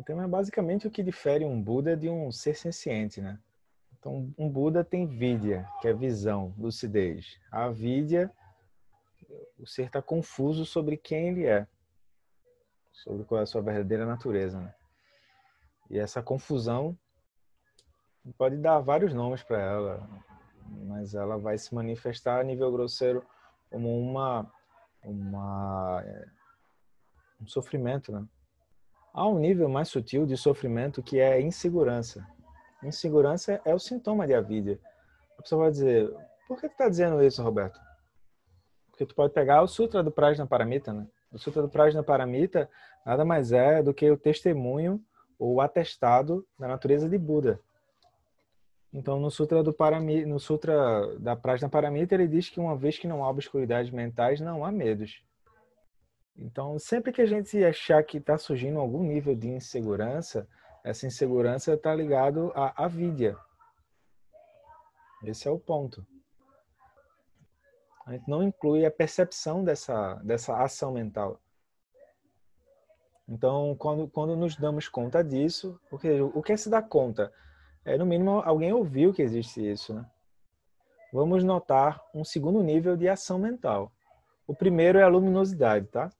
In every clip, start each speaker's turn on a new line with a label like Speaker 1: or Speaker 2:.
Speaker 1: Então é basicamente o que difere um Buda de um ser senciente, né? Então um Buda tem vidya, que é visão, lucidez. A vidya, o ser está confuso sobre quem ele é, sobre qual é a sua verdadeira natureza, né? E essa confusão pode dar vários nomes para ela, mas ela vai se manifestar a nível grosseiro como um sofrimento, né? Há um nível mais sutil de sofrimento que é insegurança. Insegurança é o sintoma de avidya. A pessoa vai dizer, por que tu está dizendo isso, Roberto? Porque tu pode pegar o Sutra do Prajnaparamita, né? O Sutra do Prajnaparamita nada mais é do que o testemunho ou o atestado da natureza de Buda. Então, no Sutra da Prajnaparamita, ele diz que uma vez que não há obscuridades mentais, não há medos. Então, sempre que a gente achar que está surgindo algum nível de insegurança, essa insegurança está ligado à avidya. Esse é o ponto. A gente não inclui a percepção dessa ação mental. Então, quando nos damos conta disso, o que é se dar conta? No mínimo, alguém ouviu que existe isso, né? Vamos notar um segundo nível de ação mental. O primeiro é a luminosidade, tá?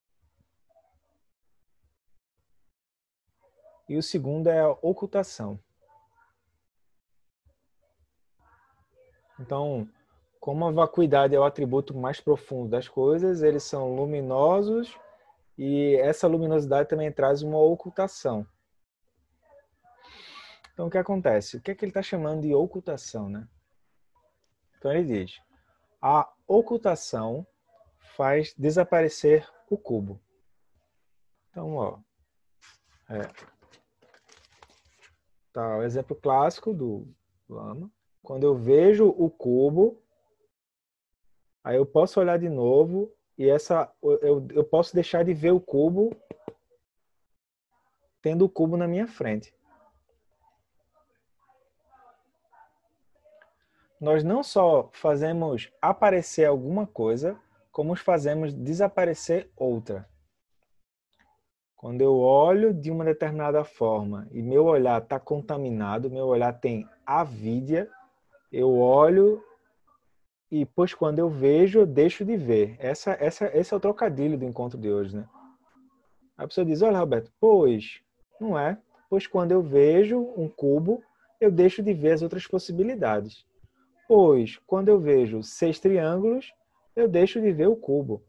Speaker 1: E o segundo é a ocultação. Então, como a vacuidade é o atributo mais profundo das coisas, eles são luminosos e essa luminosidade também traz uma ocultação. Então, o que acontece? O que é que ele está chamando de ocultação, né? Então, ele diz, a ocultação faz desaparecer o cubo. Então, ó, tá o exemplo clássico do Lama. Quando eu vejo o cubo, aí eu posso olhar de novo e eu posso deixar de ver o cubo tendo o cubo na minha frente. Nós não só fazemos aparecer alguma coisa, como fazemos desaparecer outra. Quando eu olho de uma determinada forma e meu olhar está contaminado, meu olhar tem avidya, eu olho e, pois, quando eu vejo, eu deixo de ver. Esse é o trocadilho do encontro de hoje, né? A pessoa diz, olha, Roberto, pois, não é? Pois quando eu vejo um cubo, eu deixo de ver as outras possibilidades. Pois, quando eu vejo 6 triângulos, eu deixo de ver o cubo.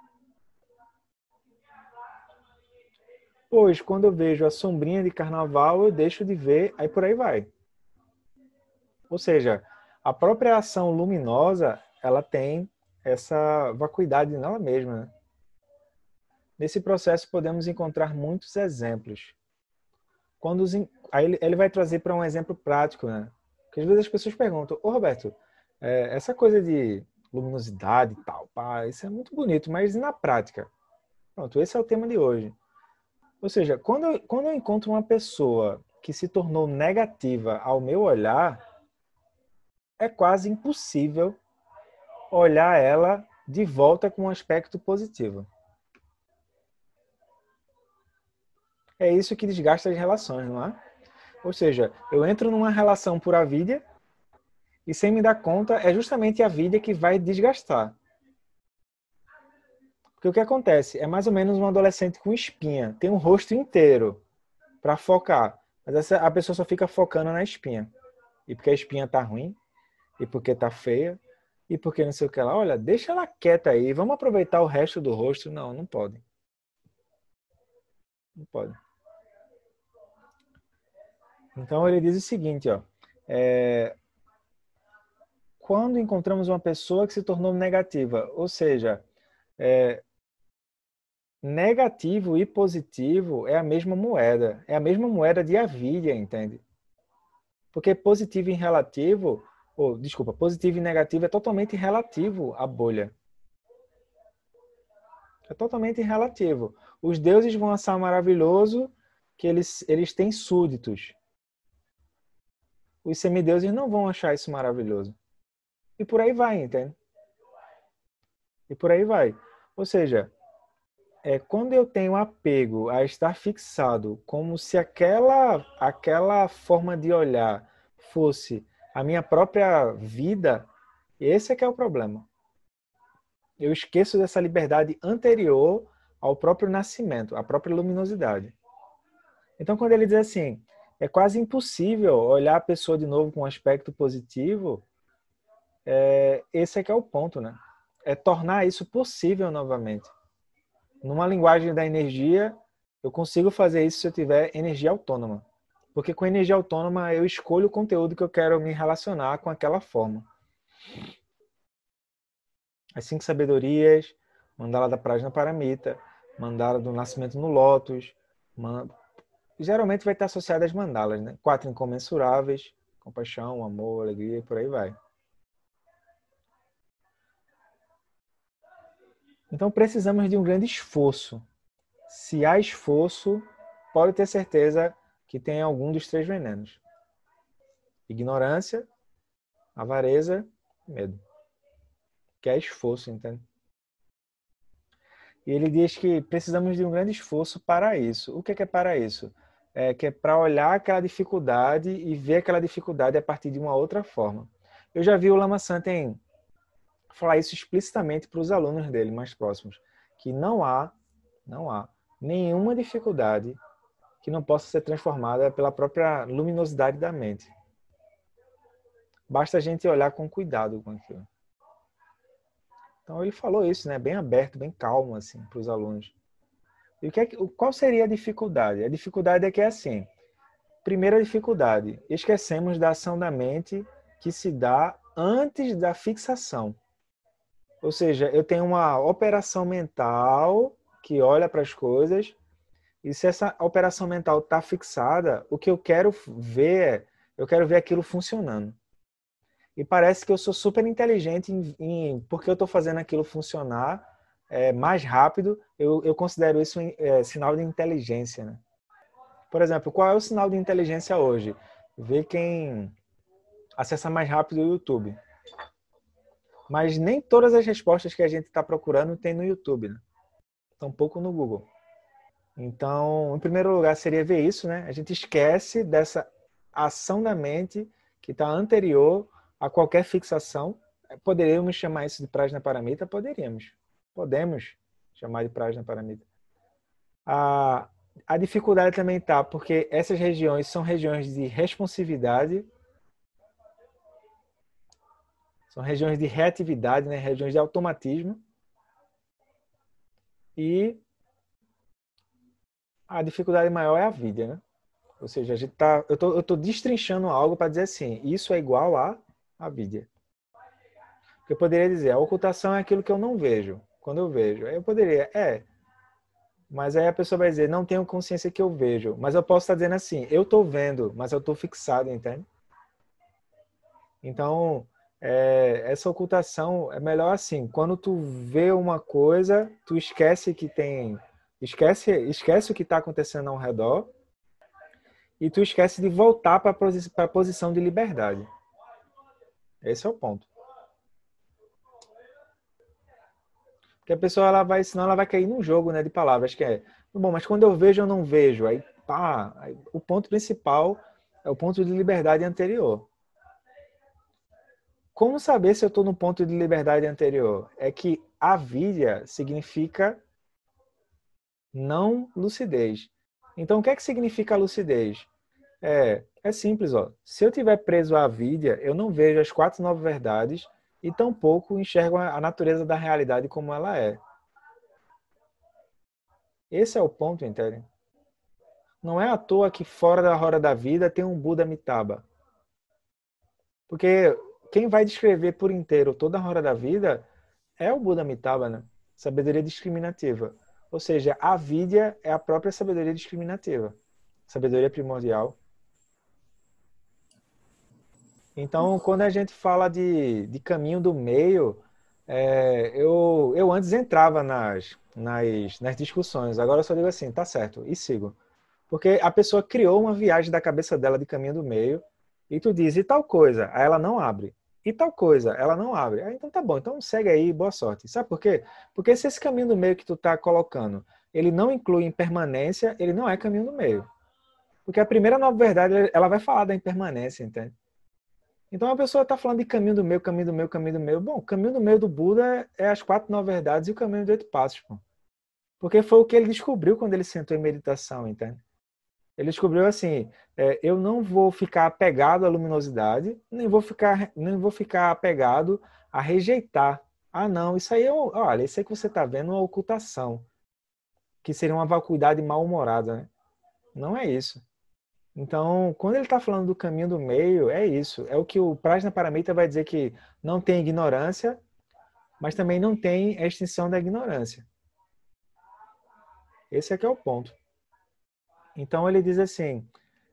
Speaker 1: Pois, quando eu vejo a sombrinha de carnaval, eu deixo de ver, aí por aí vai. Ou seja, a própria ação luminosa, ela tem essa vacuidade nela mesma, né? Nesse processo podemos encontrar muitos exemplos. Aí ele vai trazer para um exemplo prático, né? Porque às vezes as pessoas perguntam, ô Roberto, essa coisa de luminosidade e tal, pá, isso é muito bonito, mas e na prática? Pronto, esse é o tema de hoje. Ou seja, quando eu encontro uma pessoa que se tornou negativa ao meu olhar, é quase impossível olhar ela de volta com um aspecto positivo. É isso que desgasta as relações, não é? Ou seja, eu entro numa relação por avidya e sem me dar conta é justamente a avidya que vai desgastar. Porque o que acontece? É mais ou menos um adolescente com espinha. Tem um rosto inteiro para focar. Mas a pessoa só fica focando na espinha. E porque a espinha tá ruim, e porque tá feia, e porque não sei o que lá. Olha, deixa ela quieta aí, vamos aproveitar o resto do rosto. Não, não pode. Não pode. Então ele diz o seguinte, ó. Quando encontramos uma pessoa que se tornou negativa, ou seja, negativo e positivo é a mesma moeda. É a mesma moeda de avidya, entende? Porque positivo e relativo, positivo e negativo é totalmente relativo à bolha. É totalmente relativo. Os deuses vão achar maravilhoso que eles têm súditos. Os semideuses não vão achar isso maravilhoso. E por aí vai, entende? E por aí vai. Ou seja, quando eu tenho apego a estar fixado, como se aquela forma de olhar fosse a minha própria vida, esse é que é o problema. Eu esqueço dessa liberdade anterior ao próprio nascimento, à própria luminosidade. Então, quando ele diz assim, é quase impossível olhar a pessoa de novo com um aspecto positivo, esse é que é o ponto, né? É tornar isso possível novamente. Numa linguagem da energia, eu consigo fazer isso se eu tiver energia autônoma. Porque com energia autônoma eu escolho o conteúdo que eu quero me relacionar com aquela forma. As 5 sabedorias, mandala da Prajnaparamita, mandala do nascimento no Lótus, geralmente vai estar associado às mandalas, né? 4 incomensuráveis, compaixão, amor, alegria e por aí vai. Então precisamos de um grande esforço. Se há esforço, pode ter certeza que tem algum dos 3 venenos. Ignorância, avareza e medo. Que é esforço, entende? E ele diz que precisamos de um grande esforço para isso. O que é para isso? Que é para olhar aquela dificuldade e ver aquela dificuldade a partir de uma outra forma. Eu já vi o Lama Santen falar isso explicitamente para os alunos dele mais próximos, que não há nenhuma dificuldade que não possa ser transformada pela própria luminosidade da mente. Basta a gente olhar com cuidado com aquilo. Então ele falou isso, né, bem aberto, bem calmo assim para os alunos. E qual seria a dificuldade? A dificuldade é que é assim. Primeira dificuldade, esquecemos da ação da mente que se dá antes da fixação. Ou seja, eu tenho uma operação mental que olha para as coisas, e se essa operação mental está fixada, o que eu quero ver aquilo funcionando. E parece que eu sou super inteligente porque eu estou fazendo aquilo funcionar mais rápido. Eu considero isso sinal de inteligência, né? Por exemplo, qual é o sinal de inteligência hoje? Ver quem acessa mais rápido o YouTube. Mas nem todas as respostas que a gente está procurando tem no YouTube, né? Tampouco no Google. Então, em primeiro lugar, seria ver isso, né? A gente esquece dessa ação da mente que está anterior a qualquer fixação. Poderíamos chamar isso de Prajnaparamita? Poderíamos. Podemos chamar de Prajnaparamita. A dificuldade também está porque essas regiões são regiões de responsividade, são regiões de reatividade, né? Regiões de automatismo. E a dificuldade maior é a vida, né? Ou seja, eu tô destrinchando algo para dizer assim, isso é igual a vida. Eu poderia dizer, a ocultação é aquilo que eu não vejo. Quando eu vejo, aí eu poderia, mas aí a pessoa vai dizer, não tenho consciência que eu vejo. Mas eu posso estar dizendo assim, eu estou vendo, mas eu estou fixado, entende? Então, essa ocultação é melhor assim, quando tu vê uma coisa, tu esquece que tem... Esquece o que está acontecendo ao redor e tu esquece de voltar para a posição de liberdade. Esse é o ponto. Porque a pessoa senão ela vai cair num jogo, né, de palavras que bom, mas quando eu vejo eu não vejo. Aí, o ponto principal é o ponto de liberdade anterior. Como saber se eu estou no ponto de liberdade anterior? É que avidya significa não lucidez. Então, o que é que significa lucidez? É simples, ó. Se eu tiver preso à avidya, eu não vejo as 4 9 verdades e tampouco enxergo a natureza da realidade como ela é. Esse é o ponto, entende? Não é à toa que fora da roda da vida tem um Buda Amitabha. Porque quem vai descrever por inteiro toda a roda da vida é o Buda Amitabha, né? Sabedoria discriminativa. Ou seja, a avidya é a própria sabedoria discriminativa. Sabedoria primordial. Então, quando a gente fala de caminho do meio, eu antes entrava nas discussões. Agora eu só digo assim, tá certo, e sigo. Porque a pessoa criou uma viagem da cabeça dela de caminho do meio e tu diz, e tal coisa? Aí ela não abre. E tal coisa? Ela não abre. Então tá bom, então segue aí, boa sorte. Sabe por quê? Porque se esse caminho do meio que tu tá colocando ele não inclui impermanência, ele não é caminho do meio. Porque a primeira nova verdade, ela vai falar da impermanência, entende? Então a pessoa está falando de caminho do meio, caminho do meio, caminho do meio. Bom, o caminho do meio do Buda é as 4 novas verdades e o caminho dos 8 passos, pô. Porque foi o que ele descobriu quando ele sentou em meditação, entende? Ele descobriu assim, eu não vou ficar apegado à luminosidade, nem vou ficar apegado a rejeitar. Ah, não, isso aí olha, isso aí que você está vendo é uma ocultação, que seria uma vacuidade mal-humorada, né? Não é isso. Então, quando ele está falando do caminho do meio, é isso. É o que o Prajnaparamita vai dizer que não tem ignorância, mas também não tem a extinção da ignorância. Esse aqui é o ponto. Então, ele diz assim,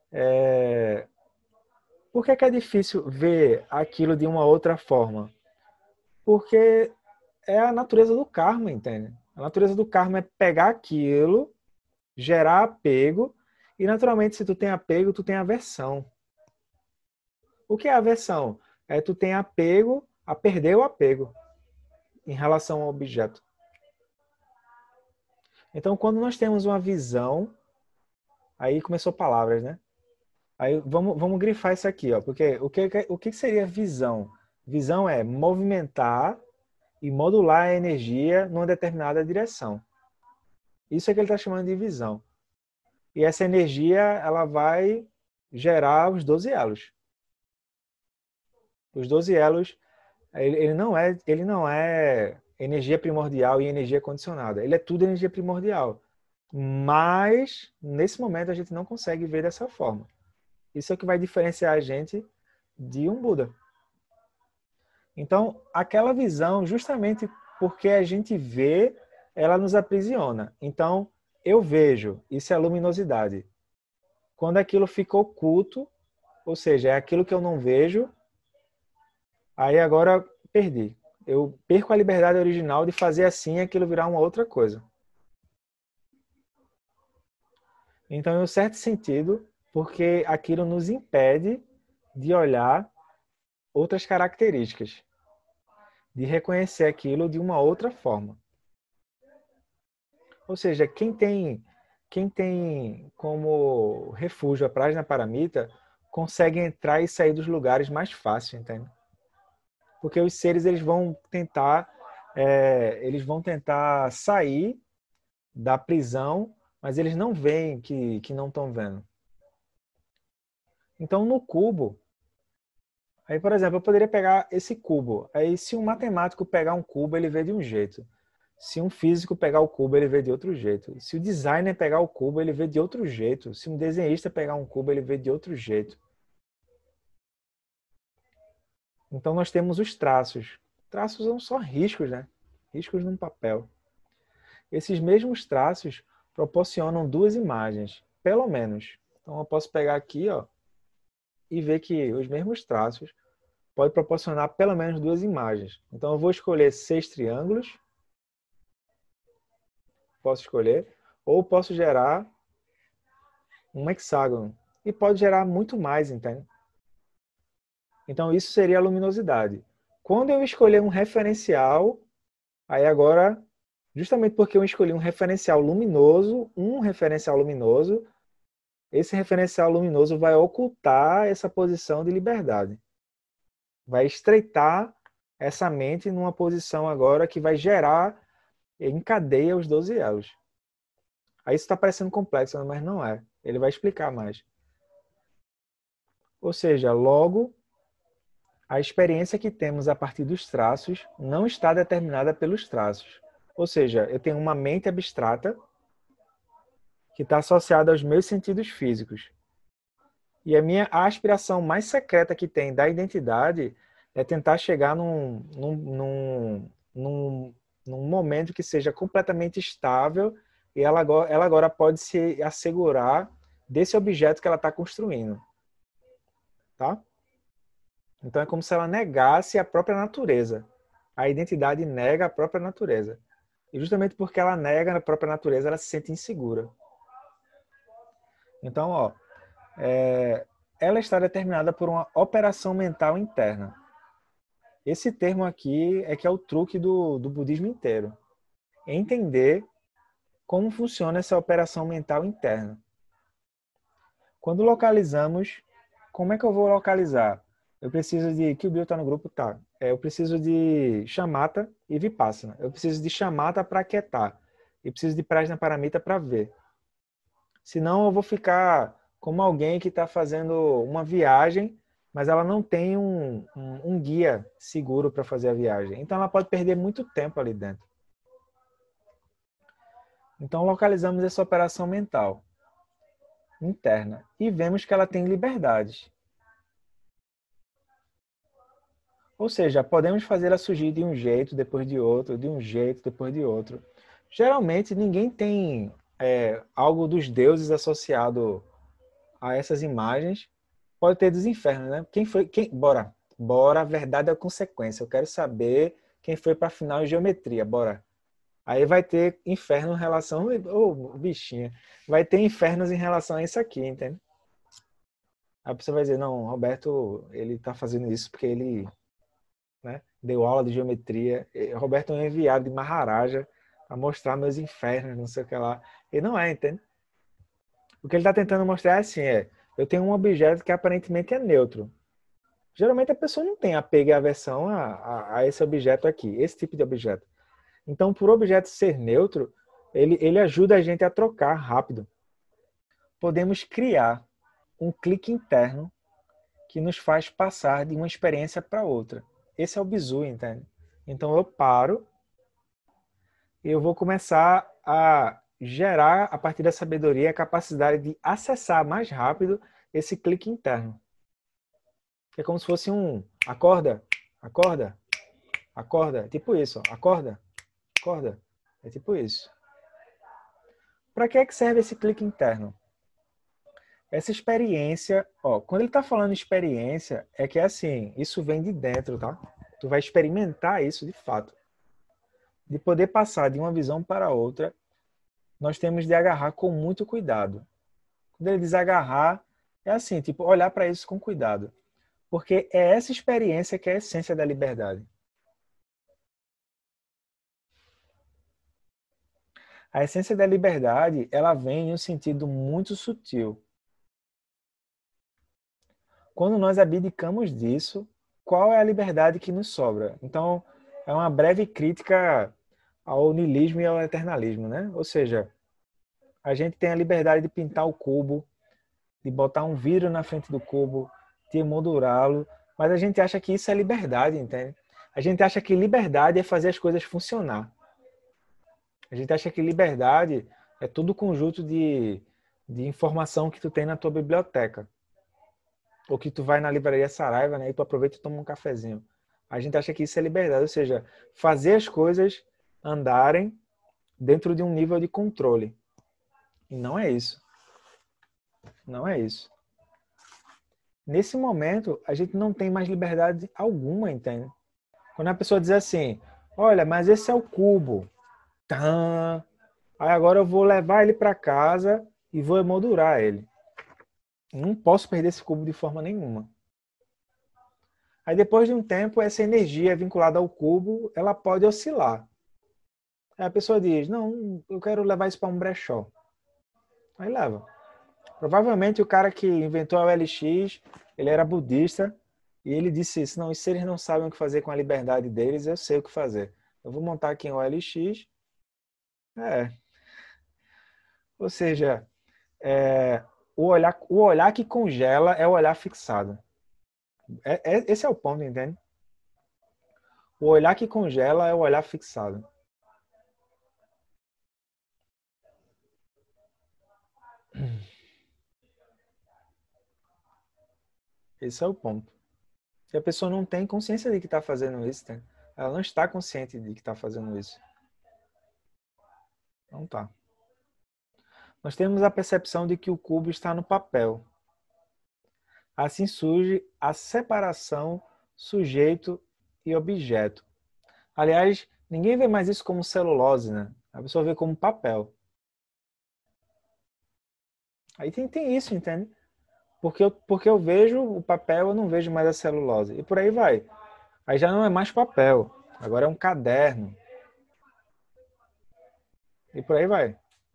Speaker 1: por que é difícil ver aquilo de uma outra forma? Porque é a natureza do karma, entende? A natureza do karma é pegar aquilo, gerar apego, e naturalmente, se tu tem apego, tu tem aversão. O que é aversão? É tu tem apego a perder o apego em relação ao objeto. Então, quando nós temos uma visão, aí começou palavras, né? Aí vamos grifar isso aqui, ó, porque o que seria visão? Visão é movimentar e modular a energia numa determinada direção. Isso é que ele está chamando de visão. E essa energia, ela vai gerar os 12 elos. Os 12 elos, ele não é energia primordial e energia condicionada. Ele é tudo energia primordial. Mas, nesse momento, a gente não consegue ver dessa forma. Isso é o que vai diferenciar a gente de um Buda. Então, aquela visão, justamente porque a gente vê, ela nos aprisiona. Então, eu vejo, isso é luminosidade. Quando aquilo fica oculto, ou seja, é aquilo que eu não vejo, aí agora perdi. Eu perco a liberdade original de fazer assim aquilo virar uma outra coisa. Então, em um certo sentido, porque aquilo nos impede de olhar outras características, de reconhecer aquilo de uma outra forma. Ou seja, quem tem como refúgio a Prajnaparamita consegue entrar e sair dos lugares mais fácil, entende? Porque os seres eles vão tentar sair da prisão, mas eles não veem que não estão vendo. Então, no cubo, aí, por exemplo, eu poderia pegar esse cubo. Aí, se um matemático pegar um cubo, ele vê de um jeito. Se um físico pegar o cubo, ele vê de outro jeito. Se o designer pegar o cubo, ele vê de outro jeito. Se um desenhista pegar um cubo, ele vê de outro jeito. Então, nós temos os traços. Traços são só riscos, né? Riscos num papel. Esses mesmos traços proporcionam duas imagens, pelo menos. Então, eu posso pegar aqui, ó, e ver que os mesmos traços podem proporcionar pelo menos duas imagens. Então, eu vou escolher 6 triângulos. Posso escolher. Ou posso gerar um hexágono. E pode gerar muito mais, entende? Então, isso seria a luminosidade. Quando eu escolher um referencial, aí agora, justamente porque eu escolhi um referencial luminoso, esse referencial luminoso vai ocultar essa posição de liberdade. Vai estreitar essa mente numa posição agora que vai gerar, encadeia os 12 elos. Aí isso está parecendo complexo, mas não é. Ele vai explicar mais. Ou seja, logo, a experiência que temos a partir dos traços não está determinada pelos traços. Ou seja, eu tenho uma mente abstrata que está associada aos meus sentidos físicos. E a aspiração mais secreta que tem da identidade é tentar chegar num momento que seja completamente estável e ela agora pode se assegurar desse objeto que ela está construindo. Tá? Então é como se ela negasse a própria natureza. A identidade nega a própria natureza. E justamente porque ela nega a própria natureza, ela se sente insegura. Então, ó, ela está determinada por uma operação mental interna. Esse termo aqui é que é o truque do budismo inteiro. Entender como funciona essa operação mental interna. Quando localizamos, como é que eu vou localizar? Eu preciso de... Que o Bill está no grupo? Tá. Eu preciso de chamata e vipassana. Eu preciso de chamata para quietar. E preciso de prajna paramita para ver. Senão eu vou ficar como alguém que está fazendo uma viagem, mas ela não tem um guia seguro para fazer a viagem. Então ela pode perder muito tempo ali dentro. Então localizamos essa operação mental interna e vemos que ela tem liberdades. Ou seja, podemos fazer ela surgir de um jeito, depois de outro, de um jeito, depois de outro. Geralmente ninguém tem algo dos deuses associado a essas imagens. Pode ter dos infernos, né? Quem foi? Bora. Bora, a verdade é a consequência. Eu quero saber quem foi para a final em geometria. Bora. Aí vai ter inferno em relação... Ô, bichinha. Vai ter infernos em relação a isso aqui, entende? A pessoa vai dizer, não, Roberto, ele tá fazendo isso porque ele, né, deu aula de geometria. Roberto é um enviado de Maharaja para mostrar meus infernos, não sei o que lá. E não é, entende? O que ele está tentando mostrar é assim, eu tenho um objeto que aparentemente é neutro. Geralmente a pessoa não tem apego e aversão a esse objeto aqui, esse tipo de objeto. Então, por objeto ser neutro, ele ajuda a gente a trocar rápido. Podemos criar um clique interno que nos faz passar de uma experiência para outra. Esse é o bizu, entende? Então eu paro e eu vou começar a gerar, a partir da sabedoria, a capacidade de acessar mais rápido esse clique interno. É como se fosse um acorda, acorda, acorda. É tipo isso, ó. Acorda, acorda. É tipo isso. Para que é que serve esse clique interno? Essa experiência, ó, quando ele está falando experiência, é que é assim, isso vem de dentro, tá? Tu vai experimentar isso de fato. De poder passar de uma visão para outra, nós temos de agarrar com muito cuidado. Quando ele diz agarrar, é assim, tipo, olhar para isso com cuidado. Porque é essa experiência que é a essência da liberdade. A essência da liberdade, ela vem em um sentido muito sutil. Quando nós abdicamos disso, qual é a liberdade que nos sobra? Então, é uma breve crítica ao niilismo e ao eternalismo, né? Ou seja, a gente tem a liberdade de pintar o cubo, de botar um vidro na frente do cubo, de emoldurá-lo, mas a gente acha que isso é liberdade, entende? A gente acha que liberdade é fazer as coisas funcionar. A gente acha que liberdade é todo o conjunto de informação que tu tem na tua biblioteca. Ou que tu vai na livraria Saraiva, né, e tu aproveita e toma um cafezinho. A gente acha que isso é liberdade, ou seja, fazer as coisas andarem dentro de um nível de controle. E não é isso. Não é isso. Nesse momento, a gente não tem mais liberdade alguma, entende? Quando a pessoa diz assim, olha, mas esse é o cubo. Tã. Aí agora eu vou levar ele para casa e vou emoldurar ele. Não posso perder esse cubo de forma nenhuma. Aí depois de um tempo, essa energia vinculada ao cubo, ela pode oscilar. Aí a pessoa diz, não, eu quero levar isso para um brechó. Aí leva. Provavelmente o cara que inventou a OLX, ele era budista, e ele disse isso, não, e se eles não sabem o que fazer com a liberdade deles, eu sei o que fazer. Eu vou montar aqui um OLX. É. Ou seja, o olhar que congela é o olhar fixado. Esse é o ponto, entende? O olhar que congela é o olhar fixado. Esse é o ponto. E a pessoa não tem consciência de que está fazendo isso, né? Ela não está consciente de que está fazendo isso. Não está. Nós temos a percepção de que o cubo está no papel. Assim surge a separação sujeito e objeto. Aliás, ninguém vê mais isso como celulose, né? A pessoa vê como papel. Aí tem isso, entende? Porque eu vejo o papel, eu não vejo mais a celulose. E por aí vai. Aí já não é mais papel. Agora é um caderno. E por aí vai.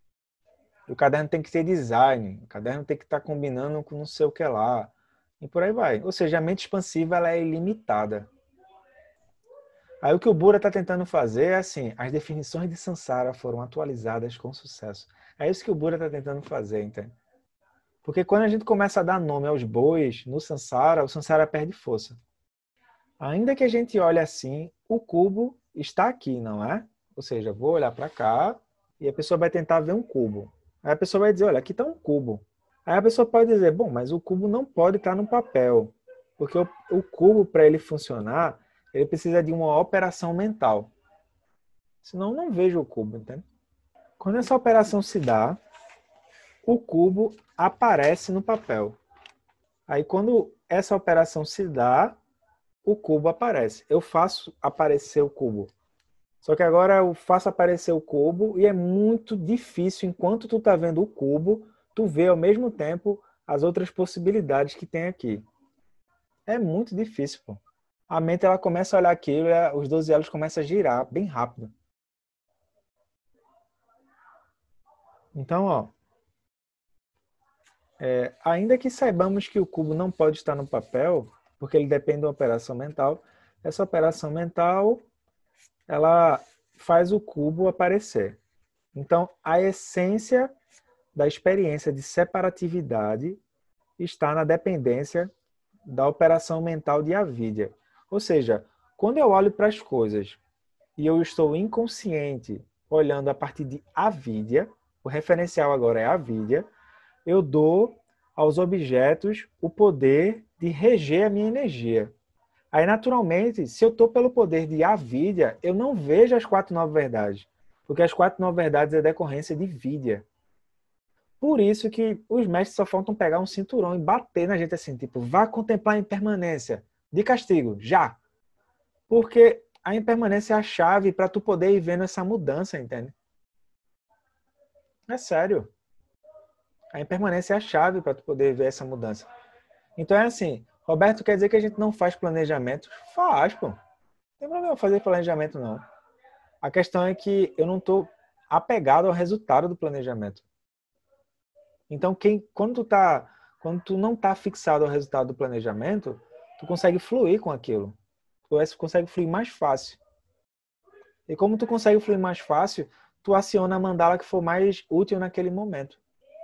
Speaker 1: O caderno tem que ter design, o caderno tem que estar combinando com não sei o que lá, e por aí vai. Ou seja, a mente expansiva ela é ilimitada. Aí o que o Buda está tentando fazer é assim, as definições de Sansara foram atualizadas com sucesso. É isso que o Buda está tentando fazer, entende? Porque quando a gente começa a dar nome aos bois no Sansara, o Sansara perde força. Ainda que a gente olhe assim, o cubo está aqui, não é? Ou seja, vou olhar para cá e a pessoa vai tentar ver um cubo. Aí a pessoa vai dizer, olha, aqui está um cubo. Aí a pessoa pode dizer, bom, mas o cubo não pode estar no papel. Porque o cubo, para ele funcionar, ele precisa de uma operação mental. Senão eu não vejo o cubo, entende? Quando essa operação se dá, o cubo aparece no papel. Aí quando essa operação se dá, o cubo aparece. Eu faço aparecer o cubo. Só que agora eu faço aparecer o cubo e é muito difícil, enquanto tu tá vendo o cubo, tu vê ao mesmo tempo as outras possibilidades que tem aqui. É muito difícil, pô. A mente ela começa a olhar aquilo e os 12 elos começam a girar bem rápido. Então, ó, ainda que saibamos que o cubo não pode estar no papel, porque ele depende de uma operação mental, essa operação mental ela faz o cubo aparecer. Então, a essência da experiência de separatividade está na dependência da operação mental de avidya. Ou seja, quando eu olho para as coisas e eu estou inconsciente olhando a partir de avidya, o referencial agora é avidya, eu dou aos objetos o poder de reger a minha energia. Aí, naturalmente, se eu estou pelo poder de avidya, eu não vejo as 4 9 verdades. Porque as 4 9 verdades é decorrência de vidya. Por isso que os mestres só faltam pegar um cinturão e bater na gente assim, tipo, vá contemplar a impermanência. De castigo, já. Porque a impermanência é a chave para tu poder ir vendo essa mudança, entende? É sério. A impermanência é a chave para tu poder ver essa mudança. Então é assim, Roberto, quer dizer que a gente não faz planejamento? Faz, pô. Não tem problema fazer planejamento, não. A questão é que eu não estou apegado ao resultado do planejamento. Então, quando tu não está fixado ao resultado do planejamento, tu consegue fluir com aquilo. Tu consegue fluir mais fácil. E como tu consegue fluir mais fácil, tu aciona a mandala que for mais útil naquele momento.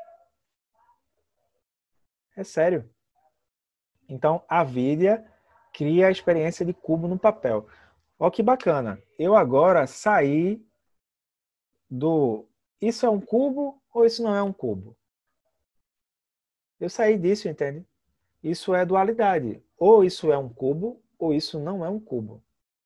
Speaker 1: É sério. Então, a Vidya cria a experiência de cubo no papel. Ó que bacana. Eu agora saí do isso é um cubo ou isso não é um cubo? Eu saí disso, entende? Isso é dualidade. Ou isso é um cubo, ou isso não é um cubo.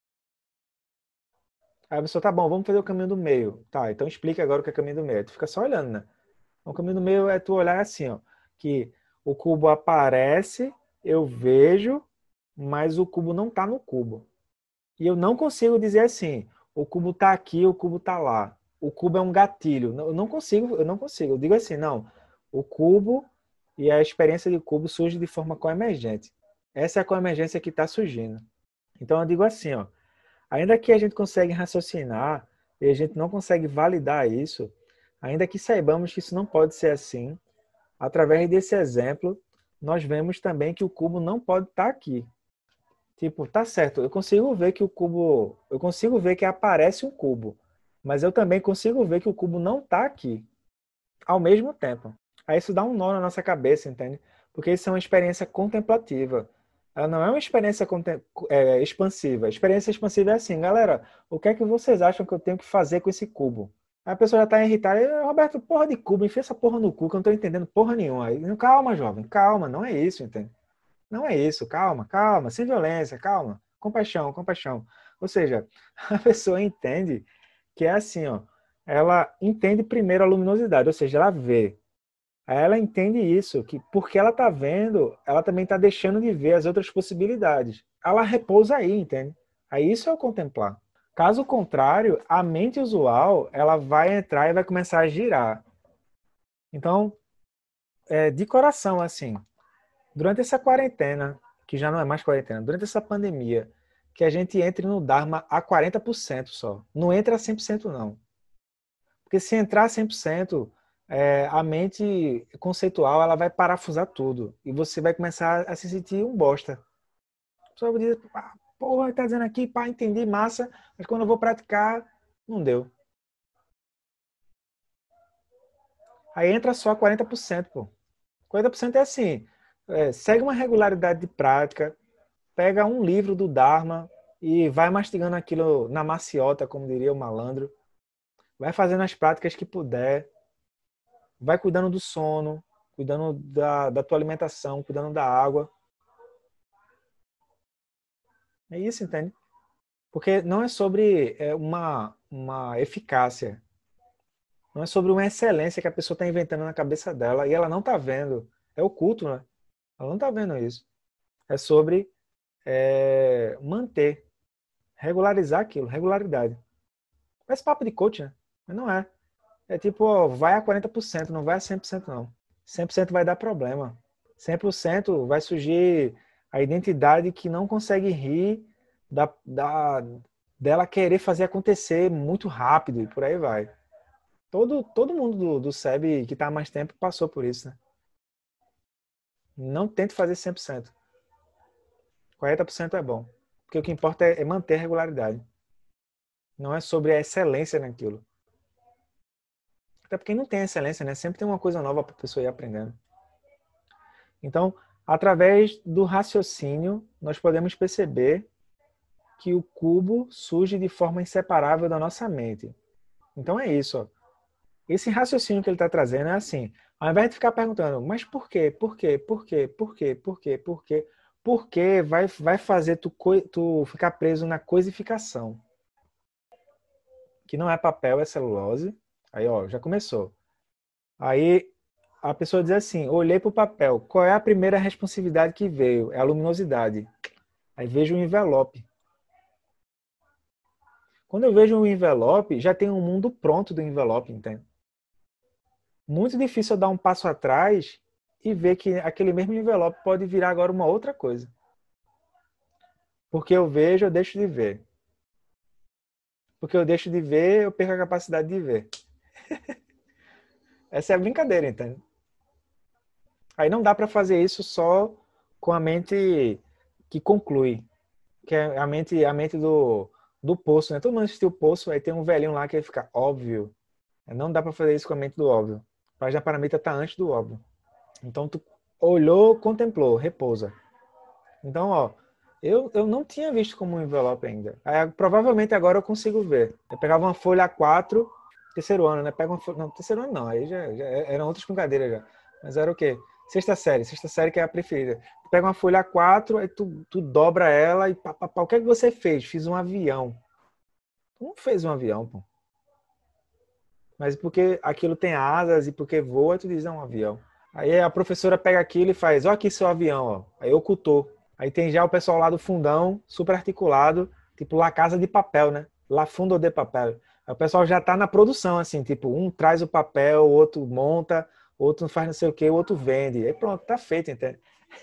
Speaker 1: Aí a pessoa, tá bom, vamos fazer o caminho do meio. Tá, então explica agora o que é caminho do meio. Aí tu fica só olhando, né? O caminho do meio é tu olhar assim, ó, que o cubo aparece, eu vejo, mas o cubo não tá no cubo. E eu não consigo dizer assim, o cubo tá aqui, o cubo tá lá. O cubo é um gatilho. Eu não consigo, eu não consigo. Eu digo assim, não, o cubo e a experiência de cubo surge de forma coemergente. Essa é a coemergência que está surgindo. Então eu digo assim, ó, ainda que a gente consiga raciocinar e a gente não consegue validar isso, ainda que saibamos que isso não pode ser assim, através desse exemplo, nós vemos também que o cubo não pode estar aqui. Tipo, tá certo, eu consigo ver que o cubo, eu consigo ver que aparece um cubo, mas eu também consigo ver que o cubo não está aqui ao mesmo tempo. Aí isso dá um nó na nossa cabeça, entende? Porque isso é uma experiência contemplativa. Ela não é uma experiência expansiva. A experiência expansiva é assim, galera, o que é que vocês acham que eu tenho que fazer com esse cubo? Aí a pessoa já tá irritada. Roberto, porra de cubo, enfia essa porra no cu que eu não tô entendendo porra nenhuma. Aí, calma, jovem, calma, não é isso, entende? Não é isso, calma, calma, sem violência, calma. Compaixão, compaixão. Ou seja, a pessoa entende que é assim, ó. Ela entende primeiro a luminosidade, ou seja, ela vê. Aí ela entende isso, que porque ela está vendo, ela também está deixando de ver as outras possibilidades. Ela repousa aí, entende? Aí isso é o contemplar. Caso contrário, a mente usual, ela vai entrar e vai começar a girar. Então, de coração, assim, durante essa quarentena, que já não é mais quarentena, durante essa pandemia, que a gente entre no Dharma a 40% só. Não entra a 100% não. Porque se entrar 100%, a mente conceitual ela vai parafusar tudo. E você vai começar a se sentir um bosta. A pessoa vai dizer, ah, porra, tá dizendo aqui, pá, entendi, massa, mas quando eu vou praticar, não deu. Aí entra só 40%, pô. 40% é assim, segue uma regularidade de prática, pega um livro do Dharma e vai mastigando aquilo na maciota, como diria o malandro. Vai fazendo as práticas que puder. Vai cuidando do sono, cuidando da tua alimentação, cuidando da água. É isso, entende? Porque não é sobre uma eficácia. Não é sobre uma excelência que a pessoa está inventando na cabeça dela e ela não está vendo. É oculto, né? Ela não está vendo isso. É sobre manter, regularizar aquilo, regularidade. Parece papo de coach, né? Mas não é. É tipo, ó, vai a 40%, não vai a 100% não. 100% vai dar problema. 100% vai surgir a identidade que não consegue rir dela querer fazer acontecer muito rápido e por aí vai. Todo mundo do SEB que está há mais tempo passou por isso, né? Não tente fazer 100%. 40% é bom. Porque o que importa é manter a regularidade. Não é sobre a excelência naquilo. Até porque não tem excelência, né? Sempre tem uma coisa nova para a pessoa ir aprendendo. Então, através do raciocínio, nós podemos perceber que o cubo surge de forma inseparável da nossa mente. Então é isso. Ó. Esse raciocínio que ele está trazendo é assim. Ao invés de ficar perguntando, mas por quê? Por quê? Por quê? Por quê? Por quê? Por quê? Por quê? Vai fazer tu ficar preso na coisificação. Que não é papel, é celulose. Aí, ó, já começou. Aí a pessoa diz assim, olhei para o papel, qual é a primeira responsividade que veio? É a luminosidade. Aí vejo o envelope. Quando eu vejo um envelope, já tem um mundo pronto do envelope, entende? Muito difícil eu dar um passo atrás e ver que aquele mesmo envelope pode virar agora uma outra coisa. Porque eu vejo, eu deixo de ver. Porque eu deixo de ver, eu perco a capacidade de ver. Essa é a brincadeira, entende? Aí não dá para fazer isso só com a mente que conclui, que é a mente do Poço, né? Todo mundo assistiu o Poço, aí tem um velhinho lá que fica óbvio. Não dá para fazer isso com a mente do óbvio. A página paramita está antes do óbvio. Então tu olhou, contemplou, repousa. Então, ó, eu não tinha visto como um envelope ainda. Aí, provavelmente agora eu consigo ver. Eu pegava uma folha A4, terceiro ano, né? Pega uma folha, não, terceiro ano não, aí já eram outras brincadeiras já. Mas era o quê? Sexta série que é a preferida. Tu pega uma folha A4, aí tu dobra ela e pá, o que é que você fez? Fiz um avião. Tu não fez um avião, pô. Mas porque aquilo tem asas e porque voa, tu diz, é um avião. Aí a professora pega aquilo e faz, ó aqui seu avião, ó. Aí ocultou. Aí tem já o pessoal lá do fundão, super articulado, tipo La Casa de Papel, né? La Fundo de Papel. Aí o pessoal já tá na produção, assim, tipo, um traz o papel, o outro monta, o outro faz não sei o que, o outro vende. Aí pronto, tá feito, entende?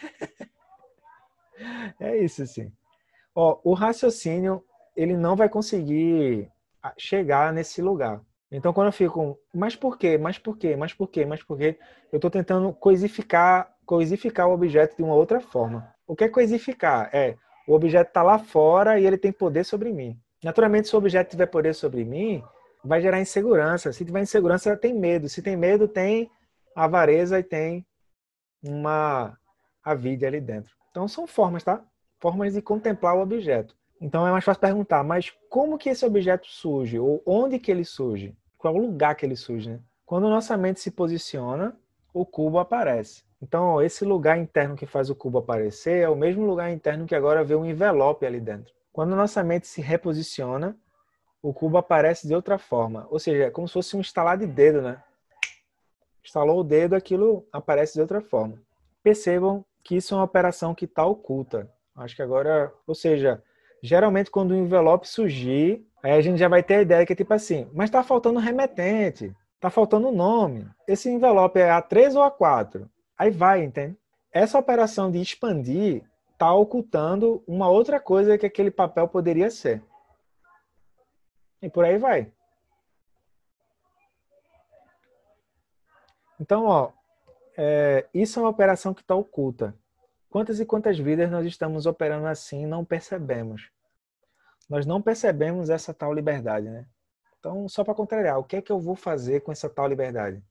Speaker 1: É isso, assim. Ó, o raciocínio, ele não vai conseguir chegar nesse lugar. Então, quando eu fico, mas por quê? Mas por quê? Mas por quê? Mas por quê? Eu estou tentando coisificar o objeto de uma outra forma. O que é coisificar? O objeto está lá fora e ele tem poder sobre mim. Naturalmente, se o objeto tiver poder sobre mim, vai gerar insegurança. Se tiver insegurança, tem medo. Se tem medo, tem avareza e tem uma avidez ali dentro. Então, são formas, tá? Formas de contemplar o objeto. Então, é mais fácil perguntar, mas como que esse objeto surge? Ou onde que ele surge? Qual é o lugar que ele surge, né? Quando nossa mente se posiciona, o cubo aparece. Então, esse lugar interno que faz o cubo aparecer é o mesmo lugar interno que agora vê um envelope ali dentro. Quando nossa mente se reposiciona, o cubo aparece de outra forma. Ou seja, é como se fosse um estalar de dedo, né? Estalou o dedo, aquilo aparece de outra forma. Percebam que isso é uma operação que está oculta. Acho que agora, ou seja, geralmente quando o envelope surgir, aí a gente já vai ter a ideia que é tipo assim, mas está faltando remetente, está faltando nome. Esse envelope é A3 ou A4? Aí vai, entende? Essa operação de expandir está ocultando uma outra coisa que aquele papel poderia ser. E por aí vai. Então, ó, isso é uma operação que está oculta. Quantas e quantas vidas nós estamos operando assim e não percebemos? Nós não percebemos essa tal liberdade, né? Então, só para contrariar, o que é que eu vou fazer com essa tal liberdade?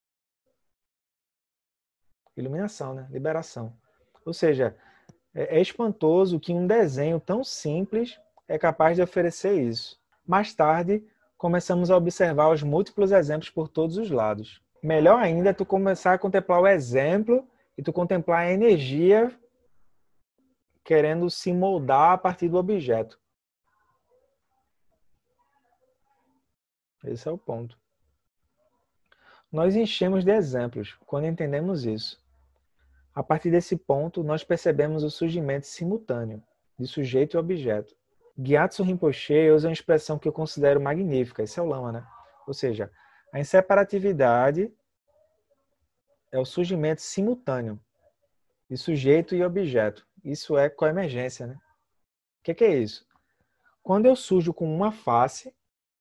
Speaker 1: Iluminação, né? Liberação. Ou seja, é espantoso que um desenho tão simples é capaz de oferecer isso. Mais tarde, começamos a observar os múltiplos exemplos por todos os lados. Melhor ainda é tu começar a contemplar o exemplo e tu contemplar a energia querendo se moldar a partir do objeto. Esse é o ponto. Nós enchemos de exemplos quando entendemos isso. A partir desse ponto, nós percebemos o surgimento simultâneo de sujeito e objeto. Gyatso Rinpoche usa uma expressão que eu considero magnífica, esse é o Lama, né? Ou seja, a inseparatividade é o surgimento simultâneo de sujeito e objeto. Isso é coemergência, né? O que é isso? Quando eu surjo com uma face,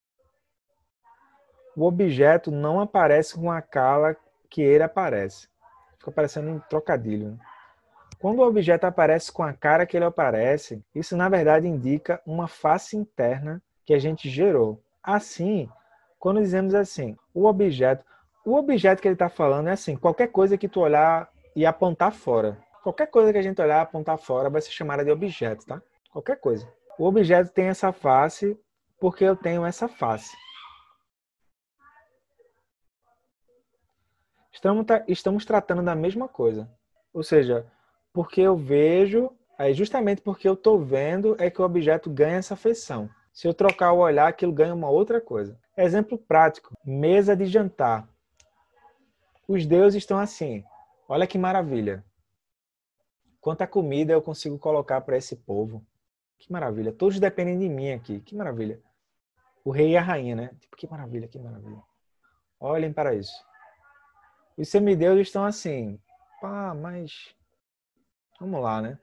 Speaker 1: o objeto não aparece com a cala que ele aparece. Fica parecendo um trocadilho, né? Quando o objeto aparece com a cara que ele aparece, isso na verdade indica uma face interna que a gente gerou. Assim, quando dizemos assim, o objeto que ele está falando é assim, qualquer coisa que tu olhar e apontar fora. Qualquer coisa que a gente olhar e apontar fora vai ser chamada de objeto, tá? Qualquer coisa. O objeto tem essa face porque eu tenho essa face. Estamos tratando da mesma coisa. Ou seja, porque eu vejo, aí justamente porque eu estou vendo é que o objeto ganha essa feição. Se eu trocar o olhar, aquilo ganha uma outra coisa. Exemplo prático, mesa de jantar. Os deuses estão assim, olha que maravilha. Quanta comida eu consigo colocar para esse povo. Que maravilha. Todos dependem de mim aqui. Que maravilha. O rei e a rainha, né? Tipo, que maravilha, que maravilha. Olhem para isso. Os semideuses estão assim, pá, mas vamos lá, né?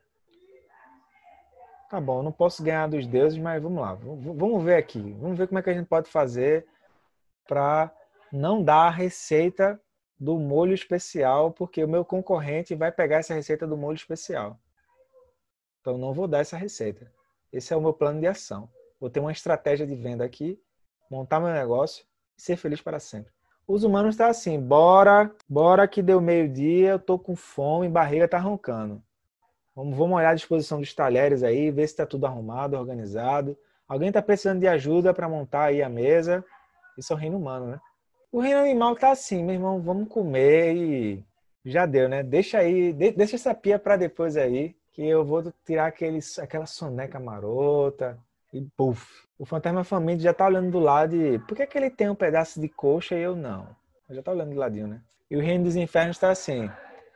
Speaker 1: Tá bom, eu não posso ganhar dos deuses, mas vamos lá. Vamos ver aqui. Vamos ver como é que a gente pode fazer para não dar a receita do molho especial, porque o meu concorrente vai pegar essa receita do molho especial. Então, eu não vou dar essa receita. Esse é o meu plano de ação. Vou ter uma estratégia de venda aqui, montar meu negócio e ser feliz para sempre. Os humanos estão assim, bora que deu meio-dia, eu tô com fome, barriga tá roncando. Vamos olhar a disposição dos talheres aí, ver se está tudo arrumado, organizado. Alguém está precisando de ajuda para montar aí a mesa. Isso é o reino humano, né? O reino animal tá assim, meu irmão, vamos comer e já deu, né? Deixa aí, deixa essa pia para depois aí, que eu vou tirar aquela soneca marota e puf. O fantasma faminto já tá olhando do lado e por que ele tem um pedaço de coxa e eu não? Já tá olhando do ladinho, né? E o reino dos infernos tá assim,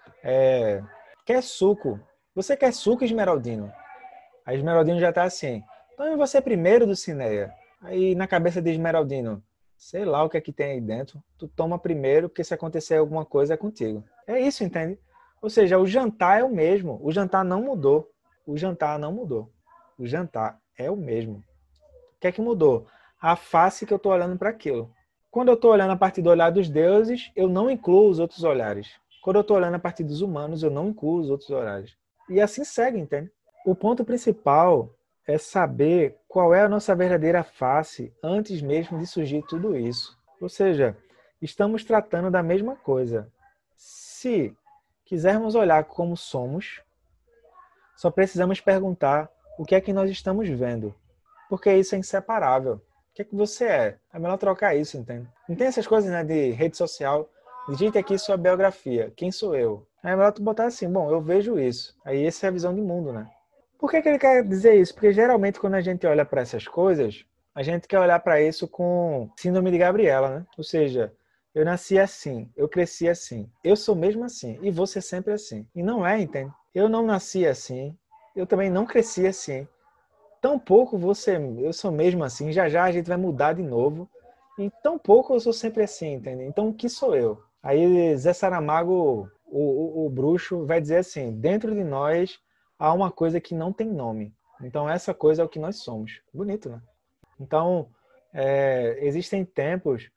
Speaker 1: quer suco? Você quer suco, Esmeraldino? Aí Esmeraldino já tá assim. Tome você primeiro, Dulcinea. Aí na cabeça de Esmeraldino, sei lá o que é que tem aí dentro. Tu toma primeiro, porque se acontecer alguma coisa é contigo. É isso, entende? Ou seja, o jantar é o mesmo. O jantar não mudou. O jantar não mudou. O jantar é o mesmo. O que é que mudou? A face que eu estou olhando para aquilo. Quando eu estou olhando a partir do olhar dos deuses, eu não incluo os outros olhares. Quando eu estou olhando a partir dos humanos, eu não incluo os outros olhares. E assim segue, entende? O ponto principal é saber qual é a nossa verdadeira face antes mesmo de surgir tudo isso. Ou seja, estamos tratando da mesma coisa. Se quisermos olhar como somos, só precisamos perguntar o que é que nós estamos vendo. Porque isso é inseparável. O que é que você é? É melhor trocar isso, entende? Não tem essas coisas, né, de rede social. Digite aqui sua biografia. Quem sou eu? É melhor tu botar assim, bom, eu vejo isso. Aí essa é a visão de mundo, né? Por que ele quer dizer isso? Porque geralmente quando a gente olha para essas coisas, a gente quer olhar para isso com síndrome de Gabriela, né? Ou seja, eu nasci assim, eu cresci assim, eu sou mesmo assim e vou ser sempre assim. E não é, entende? Eu não nasci assim, eu também não cresci assim. Tampouco você, eu sou mesmo assim, já já a gente vai mudar de novo. E tampouco eu sou sempre assim, entende? Então o que sou eu? Aí Zé Saramago, o bruxo, vai dizer assim: dentro de nós há uma coisa que não tem nome. Então essa coisa é o que nós somos. Bonito, né? Então existem tempos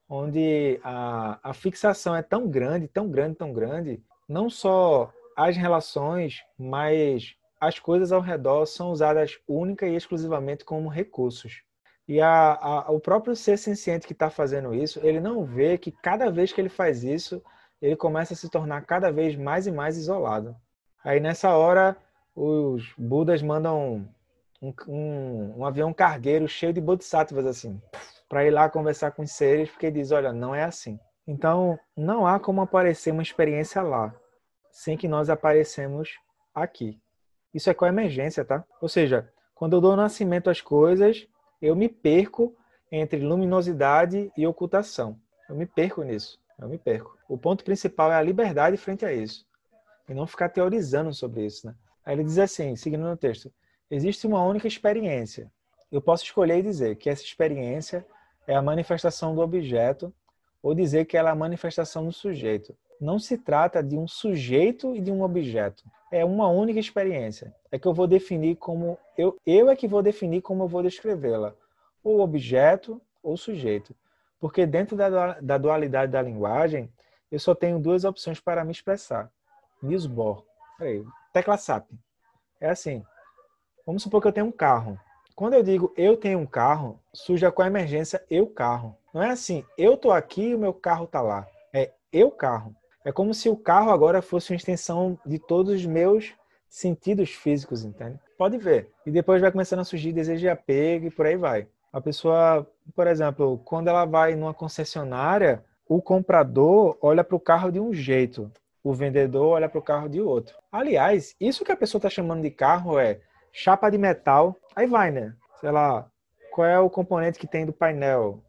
Speaker 1: onde a fixação é tão grande, tão grande, tão grande, não só as relações, mas as coisas ao redor são usadas única e exclusivamente como recursos. E o próprio ser senciente que está fazendo isso, ele não vê que cada vez que ele faz isso, ele começa a se tornar cada vez mais e mais isolado. Aí nessa hora, os Budas mandam um avião cargueiro cheio de bodhisattvas assim, para ir lá conversar com os seres, porque diz, olha, não é assim. Então, não há como aparecer uma experiência lá, sem que nós aparecemos aqui. Isso é coemergência, tá? Ou seja, quando eu dou nascimento às coisas, eu me perco entre luminosidade e ocultação. Eu me perco nisso. Eu me perco. O ponto principal é a liberdade frente a isso. E não ficar teorizando sobre isso, né? Aí ele diz assim, seguindo no texto, existe uma única experiência. Eu posso escolher e dizer que essa experiência é a manifestação do objeto ou dizer que ela é a manifestação do sujeito. Não se trata de um sujeito e de um objeto. É uma única experiência. É que eu vou definir como... Eu é que vou definir como eu vou descrevê-la. Ou objeto ou sujeito. Porque dentro da dualidade da linguagem, eu só tenho duas opções para me expressar. Niels Bohr. Peraí, tecla SAP. É assim, vamos supor que eu tenho um carro. Quando eu digo eu tenho um carro, surge com a emergência eu carro. Não é assim, eu tô aqui e o meu carro tá lá. É eu carro. É como se o carro agora fosse uma extensão de todos os meus sentidos físicos, entende? Pode ver. E depois vai começando a surgir desejo de apego e por aí vai. A pessoa, por exemplo, quando ela vai numa concessionária, o comprador olha para o carro de um jeito, o vendedor olha para o carro de outro. Aliás, isso que a pessoa está chamando de carro é chapa de metal, aí vai, né? Sei lá, qual é o componente que tem do painel?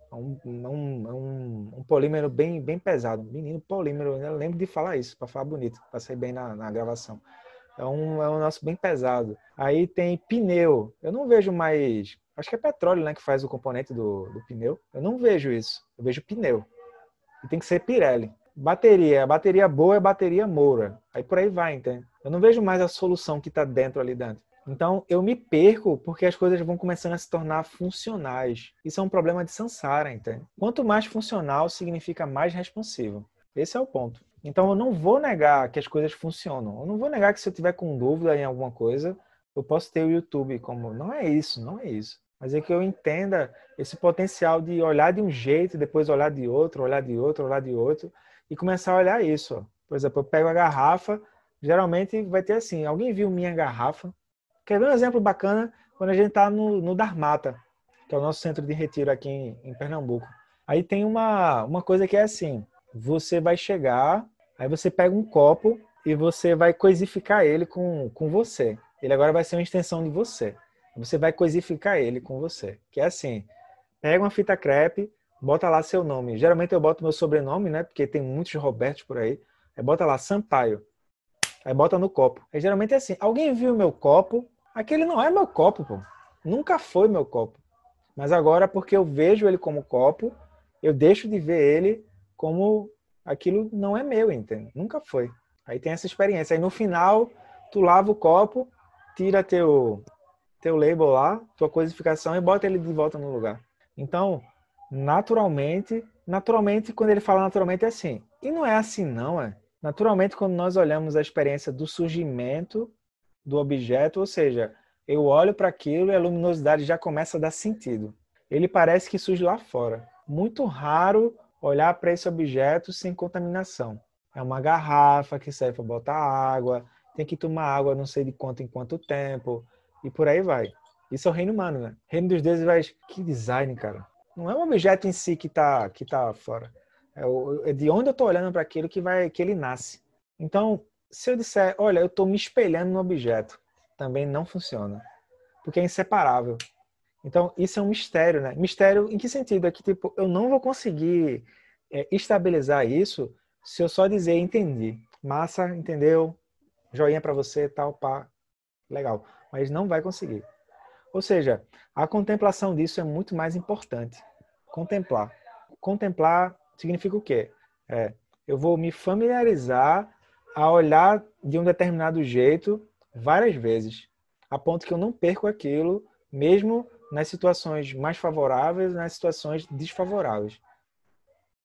Speaker 1: Um polímero bem pesado. Menino polímero, eu lembro de falar isso, para falar bonito, para sair bem na gravação. É um nosso bem pesado. Aí tem pneu. Eu não vejo mais. Acho que é petróleo, né, que faz o componente do pneu. Eu não vejo isso. Eu vejo pneu. E tem que ser Pirelli. Bateria. A bateria boa é bateria Moura. Aí por aí vai, entende? Eu não vejo mais a solução que está dentro ali dentro. Então eu me perco porque as coisas vão começando a se tornar funcionais. Isso é um problema de samsara, entende? Quanto mais funcional, significa mais responsivo. Esse é o ponto. Então eu não vou negar que as coisas funcionam. Eu não vou negar que se eu tiver com dúvida em alguma coisa, eu posso ter o YouTube como... Não é isso, não é isso. Mas é que eu entenda esse potencial de olhar de um jeito, depois olhar de outro, olhar de outro, olhar de outro, e começar a olhar isso. Por exemplo, eu pego a garrafa, geralmente vai ter assim, alguém viu minha garrafa? Quer ver um exemplo bacana? Quando a gente está no Dharmata, que é o nosso centro de retiro aqui em Pernambuco. Aí tem uma coisa que é assim, você vai chegar, aí você pega um copo e você vai coisificar ele com você. Ele agora vai ser uma extensão de você. Você vai coisificar ele com você. Que é assim, pega uma fita crepe, bota lá seu nome. Geralmente eu boto meu sobrenome, né? Porque tem muitos Robertos por aí. Aí bota lá Sampaio. Aí bota no copo. Aí geralmente é assim, alguém viu meu copo? Aquele não é meu copo, pô. Nunca foi meu copo. Mas agora, porque eu vejo ele como copo, eu deixo de ver ele como aquilo não é meu, entende? Nunca foi. Aí tem essa experiência. Aí no final, tu lava o copo, tira teu label lá, tua codificação e bota ele de volta no lugar. Então, naturalmente, quando ele fala naturalmente é assim. E não é assim não, é. Naturalmente, quando nós olhamos a experiência do surgimento do objeto, ou seja, eu olho para aquilo e a luminosidade já começa a dar sentido. Ele parece que surge lá fora. Muito raro olhar para esse objeto sem contaminação. É uma garrafa que serve para botar água, tem que tomar água não sei de quanto em quanto tempo, e por aí vai. Isso é o reino humano, né? Reino dos deuses vai... Que design, cara. Não é o objeto em si que tá fora. É de onde eu estou olhando para aquilo que ele nasce. Então, se eu disser, olha, eu estou me espelhando no objeto, também não funciona. Porque é inseparável. Então, isso é um mistério, né? Mistério em que sentido? É que, tipo, eu não vou conseguir estabilizar isso se eu só dizer entendi. Massa, entendeu? Joinha para você, tal, pá. Legal. Mas não vai conseguir. Ou seja, a contemplação disso é muito mais importante. Contemplar. Contemplar significa o quê? Eu vou me familiarizar a olhar de um determinado jeito várias vezes, a ponto que eu não perco aquilo, mesmo nas situações mais favoráveis, nas situações desfavoráveis.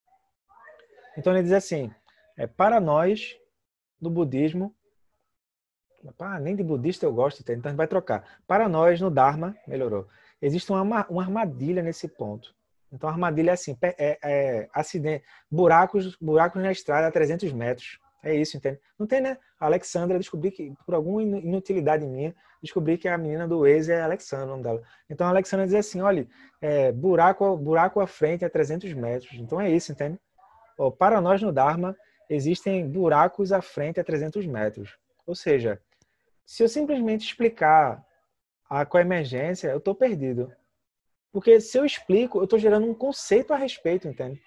Speaker 1: Então ele diz assim, para nós, no budismo, nem de budista eu gosto, então a gente vai trocar. Para nós, no Dharma, melhorou, existe uma armadilha nesse ponto. Então a armadilha é assim, acidente, buracos na estrada a 300 metros. É isso, entende? Não tem, né? A Alexandra, descobri que, por alguma inutilidade minha, descobri que a menina do Waze é a Alexandra, o nome dela. Então a Alexandra diz assim, olha, buraco à frente a 300 metros. Então é isso, entende? Para nós no Dharma, existem buracos à frente a 300 metros. Ou seja, se eu simplesmente explicar a coemergência, eu estou perdido. Porque se eu explico, eu estou gerando um conceito a respeito, entende?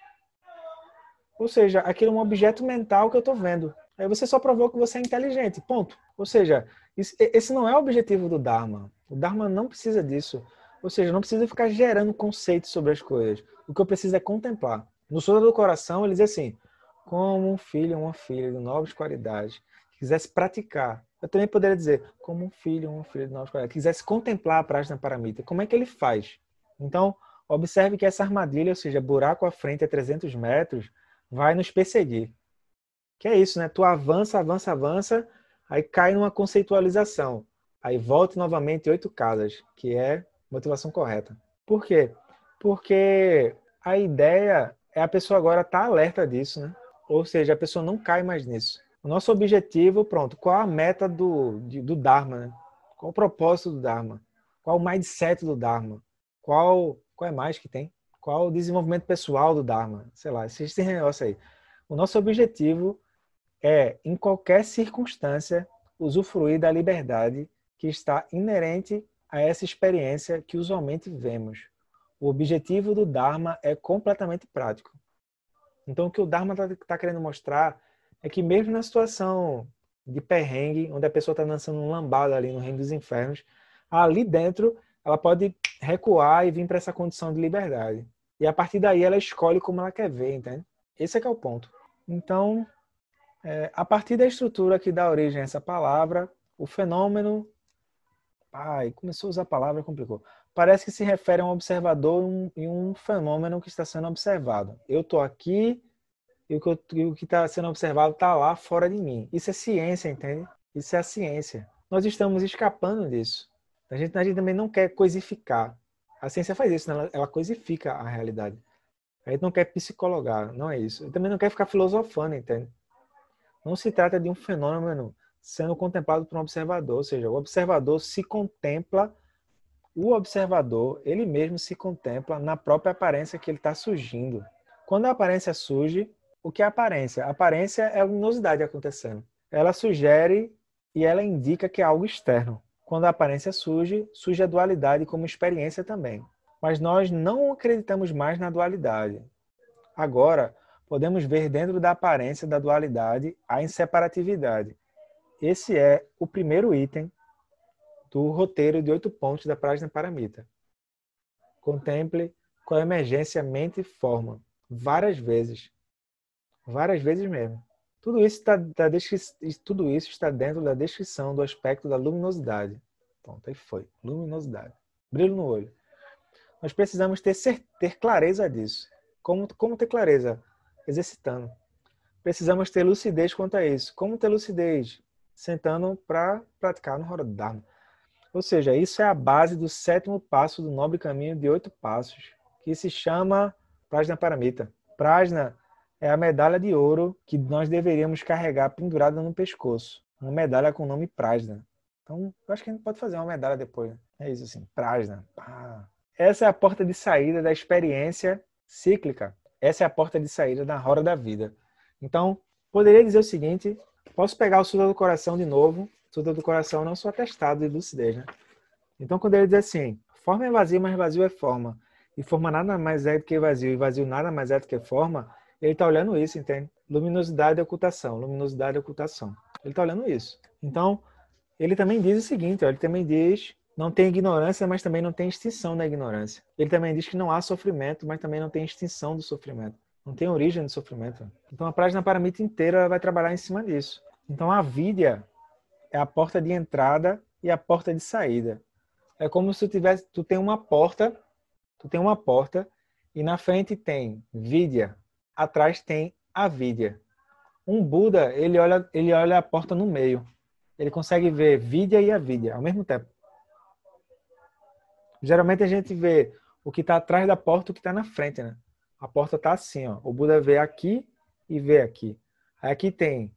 Speaker 1: Ou seja, aquilo é um objeto mental que eu estou vendo. Aí você só provou que você é inteligente, ponto. Ou seja, esse não é o objetivo do Dharma. O Dharma não precisa disso. Ou seja, não precisa ficar gerando conceitos sobre as coisas. O que eu preciso é contemplar. No Sutra do Coração, ele diz assim, como um filho ou uma filha de novas qualidades, que quisesse praticar. Eu também poderia dizer, como um filho ou uma filha de novas qualidades, que quisesse contemplar a Prajna Paramita. Como é que ele faz? Então, observe que essa armadilha, ou seja, buraco à frente a 300 metros, vai nos perseguir. Que é isso, né? Tu avança, avança, avança, aí cai numa conceitualização. Aí volta novamente 8 casas, que é motivação correta. Por quê? Porque a ideia é a pessoa agora estar alerta disso, né? Ou seja, a pessoa não cai mais nisso. O nosso objetivo, pronto, qual a meta do Dharma, né? Qual o propósito do Dharma? Qual o mindset do Dharma? Qual é mais que tem? Qual o desenvolvimento pessoal do Dharma? Sei lá, esse negócio aí. O nosso objetivo é, em qualquer circunstância, usufruir da liberdade que está inerente a essa experiência que usualmente vemos. O objetivo do Dharma é completamente prático. Então, o que o Dharma está querendo mostrar é que mesmo na situação de perrengue, onde a pessoa está dançando um lambada ali no reino dos infernos, ali dentro ela pode recuar e vir para essa condição de liberdade. E a partir daí ela escolhe como ela quer ver, entende? Esse é que é o ponto. Então, a partir da estrutura que dá origem a essa palavra, o fenômeno... começou a usar a palavra, complicou. Parece que se refere a um observador e um fenômeno que está sendo observado. Eu estou aqui e o que está sendo observado está lá fora de mim. Isso é ciência, entende? Isso é a ciência. Nós estamos escapando disso. A gente também não quer coisificar. A ciência faz isso, né? Ela coisifica a realidade. A gente não quer psicologar, não é isso. E também não quer ficar filosofando, entende? Não se trata de um fenômeno sendo contemplado por um observador, ou seja, o observador se contempla, o observador, ele mesmo se contempla na própria aparência que ele está surgindo. Quando a aparência surge, o que é a aparência? A aparência é a luminosidade acontecendo. Ela sugere e ela indica que é algo externo. Quando a aparência surge, surge a dualidade como experiência também. Mas nós não acreditamos mais na dualidade. Agora, podemos ver dentro da aparência da dualidade a inseparatividade. Esse é o primeiro item do roteiro de 8 pontos da Prajna Paramita. Contemple com a emergência mente e forma, várias vezes mesmo. Tudo isso está dentro da descrição do aspecto da luminosidade. Pronto, aí foi. Luminosidade. Brilho no olho. Nós precisamos ter clareza disso. Como ter clareza? Exercitando. Precisamos ter lucidez quanto a isso. Como ter lucidez? Sentando para praticar no Hora Dharma. Ou seja, isso é a base do 7º passo do nobre caminho de 8 passos, que se chama Prajna Paramita. Prajna é a medalha de ouro que nós deveríamos carregar pendurada no pescoço. Uma medalha com o nome Prajna. Então, eu acho que a gente pode fazer uma medalha depois. Né? É isso assim, Prajna. Essa é a porta de saída da experiência cíclica. Essa é a porta de saída da roda da vida. Então, poderia dizer o seguinte, posso pegar o Sutra do Coração de novo. O Sutra do Coração não sou atestado de lucidez, né? Então, quando ele diz assim, forma é vazio, mas vazio é forma, e forma nada mais é do que vazio, e vazio nada mais é do que forma, ele está olhando isso, entende? Luminosidade e ocultação, luminosidade e ocultação. Ele está olhando isso. Então, ele também diz o seguinte, ó, ele também diz, não tem ignorância, mas também não tem extinção da ignorância. Ele também diz que não há sofrimento, mas também não tem extinção do sofrimento. Não tem origem do sofrimento. Então, a Prajna Paramita inteira vai trabalhar em cima disso. Então, a vidya é a porta de entrada e a porta de saída. É como se tu tem uma porta e na frente tem vidya, atrás tem avidya. Um Buda, ele olha a porta no meio. Ele consegue ver vidya e avidya ao mesmo tempo. Geralmente a gente vê o que está atrás da porta e o que está na frente, né? A porta está assim, ó. O Buda vê aqui e vê aqui. Aí aqui tem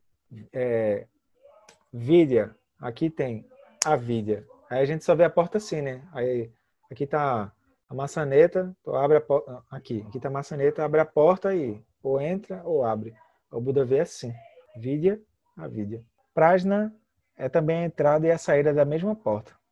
Speaker 1: vidya, aqui tem avidya. Aí a gente só vê a porta assim, né? Aí aqui está a maçaneta, tu abre a porta, aqui está a maçaneta, abre a porta e ou entra ou abre. O Buda vê assim, vidya, avidya. Prajna é também a entrada e a saída da mesma porta.